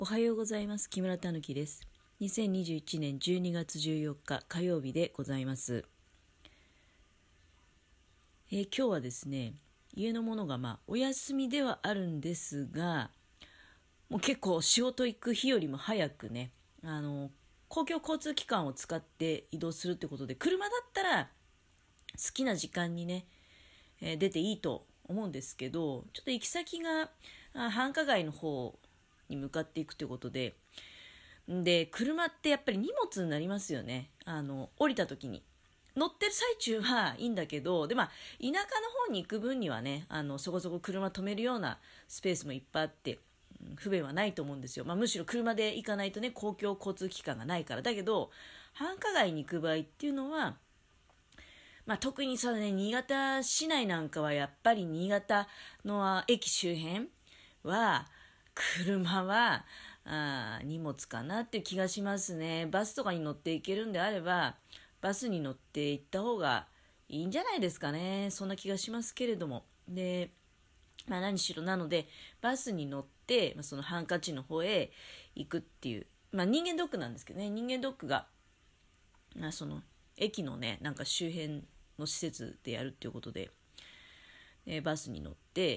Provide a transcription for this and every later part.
おはようございます。木村たぬきです。2021年12月14日火曜日でございます。今日はですね、家の者がお休みではあるんですが、もう結構仕事行く日よりも早くね、公共交通機関を使って移動するってことで、車だったら好きな時間にね、出ていいと思うんですけど、ちょっと行き先が繁華街の方に向かっていくということで、車ってやっぱり荷物になりますよね。降りた時に。乗ってる最中はいいんだけど、で、田舎の方に行く分にはね、そこそこ車止めるようなスペースもいっぱいあって、不便はないと思うんですよ。むしろ車で行かないとね、公共交通機関がないから。だけど、繁華街に行く場合っていうのは、特にそうだね、新潟市内なんかはやっぱり新潟の駅周辺は、車は荷物かなっていう気がしますね。バスとかに乗っていけるんであれば、バスに乗って行った方がいいんじゃないですかね。そんな気がしますけれども。で、何しろなので、バスに乗って、そのハンカチの方へ行くっていう、人間ドックなんですけどね、人間ドックが、その駅のね、なんか周辺の施設でやるっていうことで、バスに乗って、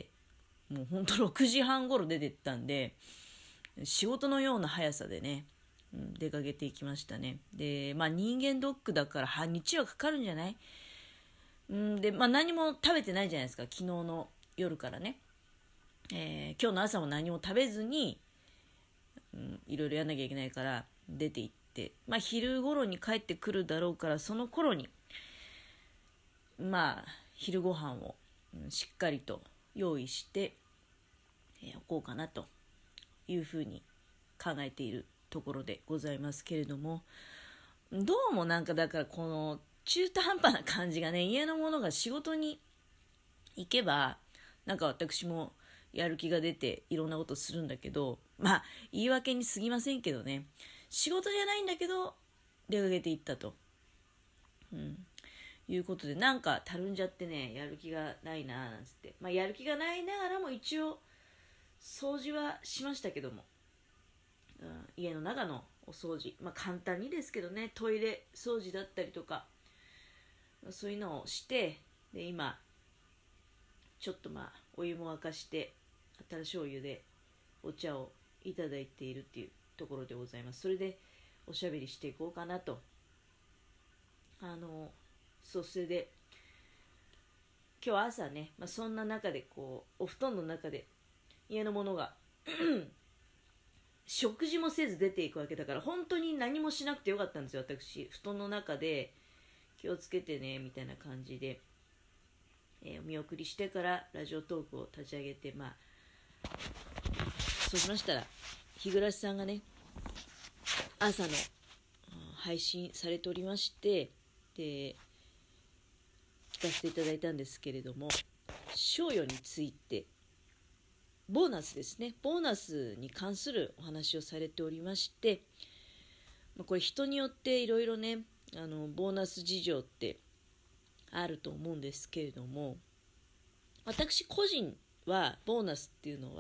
もうほんと6時半頃出てったんで、仕事のような速さでね、出かけていきましたね。で、人間ドックだから半日はかかるんじゃない？で、何も食べてないじゃないですか、昨日の夜からね。今日の朝も何も食べずに、いろいろやんなきゃいけないから出て行って、昼頃に帰ってくるだろうから、その頃に、昼ご飯をしっかりと用意して、おこうかなというふうに考えているところでございますけれども、どうもなんかだからこの中途半端な感じがね、家の者が仕事に行けばなんか私もやる気が出ていろんなことするんだけど、言い訳に過ぎませんけどね、仕事じゃないんだけど出かけていったと、いうことで、なんかたるんじゃってね、やる気がないなーなんつって、やる気がないながらも一応掃除はしましたけども、家の中のお掃除、簡単にですけどね、トイレ掃除だったりとか、そういうのをして、で今ちょっとお湯も沸かして新しいお湯でお茶をいただいているっていうところでございます。それでおしゃべりしていこうかなと。それで今日朝ね、そんな中でこうお布団の中で家の者が食事もせず出ていくわけだから、本当に何もしなくてよかったんですよ。私布団の中で気をつけてねみたいな感じで、お見送りしてからラジオトークを立ち上げて、そうしましたら日暮さんがね、朝の配信されておりまして、で聞かせていただいたんですけれども、賞与について、ボーナスですね、ボーナスに関するお話をされておりまして、これ人によっていろいろね、ボーナス事情ってあると思うんですけれども、私個人はボーナスっていうの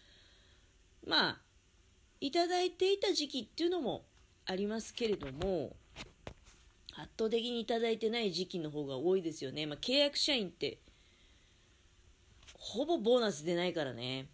はいただいていた時期っていうのもありますけれども、圧倒的にいただいてない時期の方が多いですよね。契約社員ってほぼボーナス出ないからね。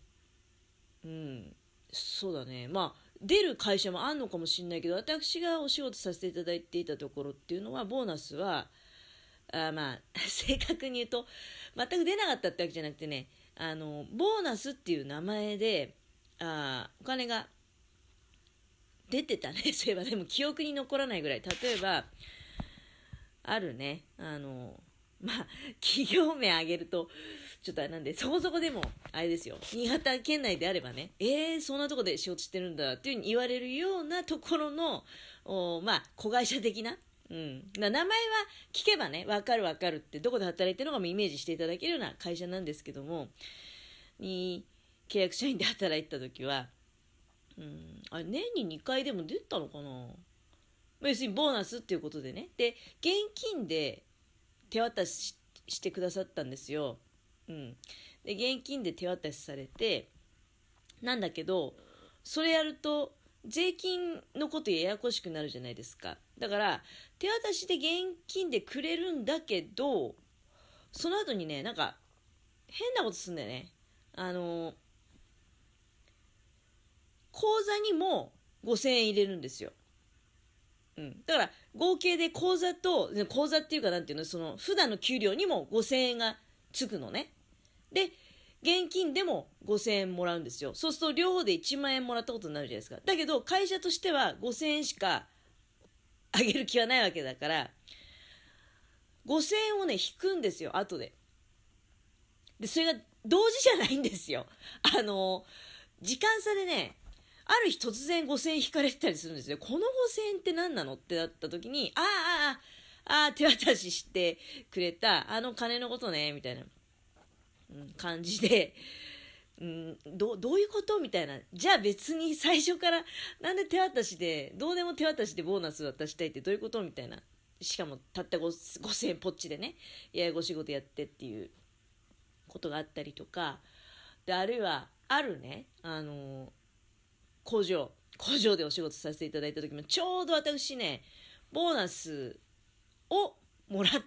そうだね。出る会社もあんのかもしれないけど、私がお仕事させていただいていたところっていうのは、ボーナスは正確に言うと全く出なかったってわけじゃなくてね、ボーナスっていう名前でお金が出てたね。そういえば、でも記憶に残らないぐらい。例えばあるね、企業名挙げるとちょっとあれなんで、そこそこでもあれですよ、新潟県内であればね、そんなとこで仕事してるんだっていう風に言われるようなところの子会社的な、名前は聞けばね、分かるって、どこで働いてるのかもイメージしていただけるような会社なんですけども、契約社員で働いてた時は、あれ年に2回でも出たのかな。要するにボーナスっていうことでね、で現金で手渡ししてくださったんですよ。で現金で手渡しされて、なんだけどそれやると税金のことややこしくなるじゃないですか。だから手渡しで現金でくれるんだけど、その後にね、なんか変なことすんだよね。口座にも5000円入れるんですよ。だから合計で口座っていうか、なんていうの、その普段の給料にも5000円がつくのね。で現金でも5000円もらうんですよ。そうすると両方で1万円もらったことになるじゃないですか。だけど会社としては5000円しかあげる気はないわけだから、5000円をね引くんですよ、後で。でそれが同時じゃないんですよ。時間差でね、ある日突然5000円引かれてたりするんですよ。この5000円って何なのってなった時に、手渡ししてくれたあの金のことねみたいな感じで、どういうことみたいな。じゃあ別に最初からなんで手渡しで、どうでも手渡しでボーナス渡したいってどういうことみたいな。しかもたった5000円ポッチでね、ややこしいことやってっていうことがあったりとかで、あるいはあるね、工場でお仕事させていただいた時も、ちょうど私ねボーナスをもらって、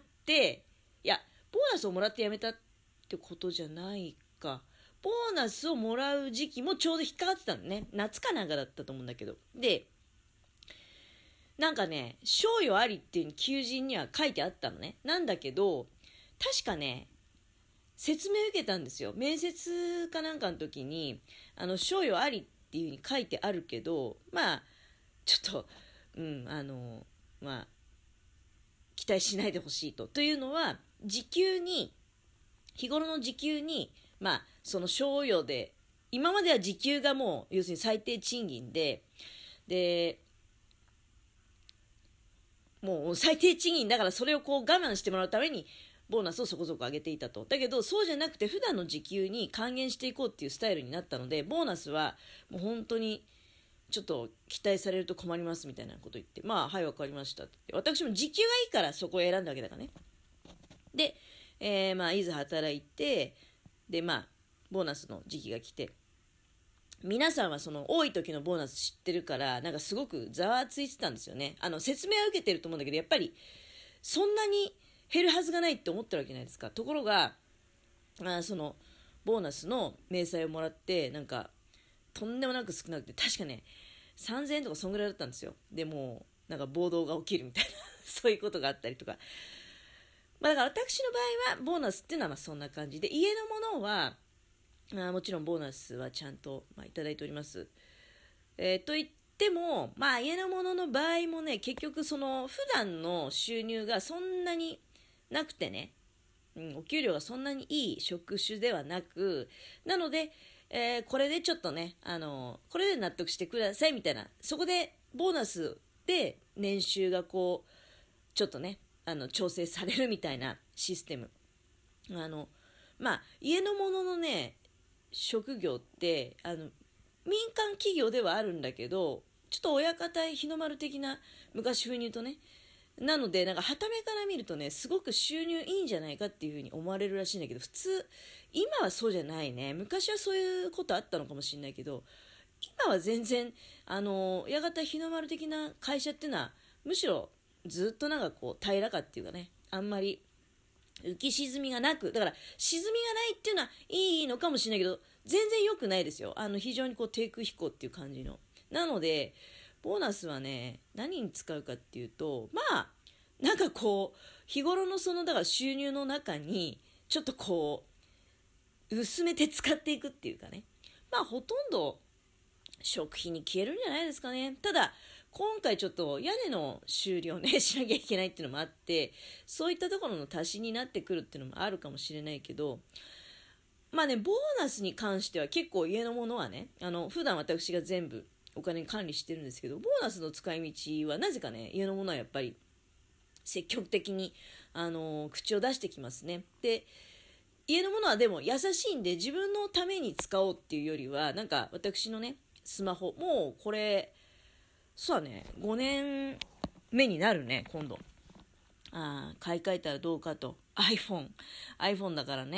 いやボーナスをもらって辞めたってことじゃないか、ボーナスをもらう時期もちょうど引っかかってたのね。夏かなんかだったと思うんだけど、でなんかね、賞与ありっていう求人には書いてあったのね。なんだけど確かね、説明受けたんですよ。面接かなんかの時に賞与ありっていう風に書いてあるけど、まあちょっとまあ期待しないでほしいというのは、日頃の時給にその賞与で、今までは時給がもう要するに最低賃金でもう最低賃金だから、それをこう我慢してもらうためにボーナスをそこそこ上げていたと。だけどそうじゃなくて、普段の時給に還元していこうっていうスタイルになったので、ボーナスはもう本当にちょっと期待されると困りますみたいなこと言って、はい分かりましたって。私も時給がいいからそこを選んだわけだからね。で、いざ働いて、でボーナスの時期が来て、皆さんはその多い時のボーナス知ってるから、なんかすごくざわついてたんですよね。説明は受けてると思うんだけど、やっぱりそんなに減るはずがないって思ってるわけじゃないですか。ところがそのボーナスの明細をもらって、なんかとんでもなく少なくて、確かね3000円とかそんぐらいだったんですよ。でもなんか暴動が起きるみたいなそういうことがあったりとか、だから私の場合はボーナスっていうのはそんな感じで、家のものはもちろんボーナスはちゃんと、いただいております。と言っても、家のものの場合もね、結局その普段の収入がそんなになくてね、お給料がそんなにいい職種ではなく、なので、これでちょっとね、これで納得してくださいみたいな、そこでボーナスで年収がこうちょっとね調整されるみたいなシステム。家のもののね職業って民間企業ではあるんだけど、ちょっと親方日の丸的な、昔風に言うとね、なのでなんか傍目から見るとね、すごく収入いいんじゃないかっていう風に思われるらしいんだけど、普通今はそうじゃないね。昔はそういうことあったのかもしれないけど、今は全然親方日の丸的な会社っていうのはむしろずっとなんかこう平らかっていうかね、あんまり浮き沈みがなく、だから沈みがないっていうのはいいのかもしれないけど、全然良くないですよ。非常にこう低空飛行っていう感じの。なのでボーナスはね、何に使うかっていうと、なんかこう日頃のだから収入の中にちょっとこう薄めて使っていくっていうかね、ほとんど食費に消えるんじゃないですかね。ただ今回ちょっと屋根の修理をねしなきゃいけないっていうのもあって、そういったところの足しになってくるっていうのもあるかもしれないけど、ボーナスに関しては結構家のものはね、普段私が全部お金管理してるんですけど、ボーナスの使い道はなぜかね、家のものはやっぱり積極的に口を出してきますね。で、家のものはでも優しいんで、自分のために使おうっていうよりは、なんか私のねスマホ、もうこれそうだね、5年目になるね今度。買い替えたらどうかと。iPhone だからね、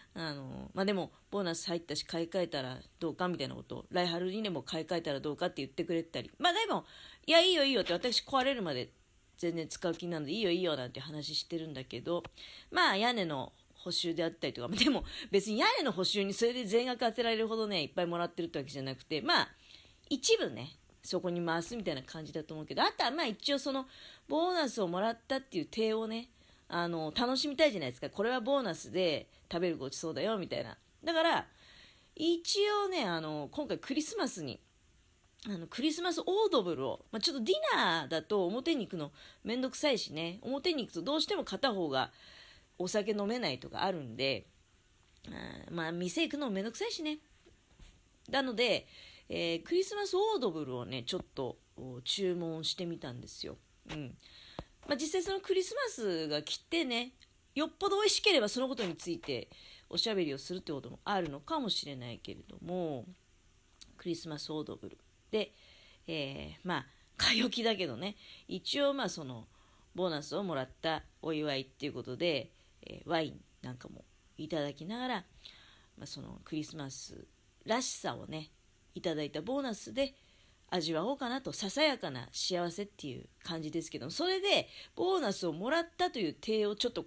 でもボーナス入ったし買い替えたらどうかみたいなことを来春にでも買い替えたらどうかって言ってくれたり、でもいやいいよいいよって、私壊れるまで全然使う気なのでいいよいいよなんて話してるんだけど、屋根の補修であったりとか、でも別に屋根の補修にそれで全額当てられるほどねいっぱいもらってるってわけじゃなくて、一部ねそこに回すみたいな感じだと思うけど、あとは一応そのボーナスをもらったっていう体をね楽しみたいじゃないですか。これはボーナスで食べるごちそうだよみたいな。だから一応ね今回クリスマスにクリスマスオードブルを、ちょっとディナーだと表に行くのめんどくさいしね、表に行くとどうしても片方がお酒飲めないとかあるんで、店行くのもめんどくさいしね。なので、クリスマスオードブルをねちょっと注文してみたんですよ。実際そのクリスマスが来てね、よっぽど美味しければそのことについておしゃべりをするってこともあるのかもしれないけれども、クリスマスオードブルで、買い置きだけどね、一応そのボーナスをもらったお祝いっていうことで、ワインなんかもいただきながら、そのクリスマスらしさをねいただいたボーナスで味わおうかなと、ささやかな幸せっていう感じですけど、それでボーナスをもらったという体をちょっと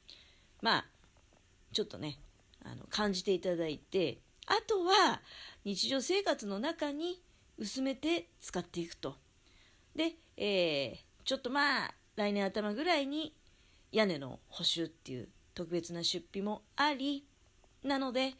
ちょっとね感じていただいて、あとは日常生活の中に薄めて使っていくと。で、ちょっと来年頭ぐらいに屋根の補修っていう特別な出費もありなので、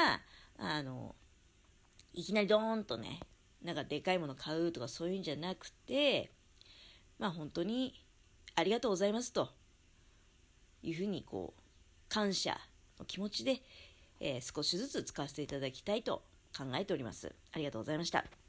いきなりドーンとねなんかでかいもの買うとかそういうんじゃなくて、本当にありがとうございますというふうに感謝の気持ちで、少しずつ使わせていただきたいと考えております。ありがとうございました。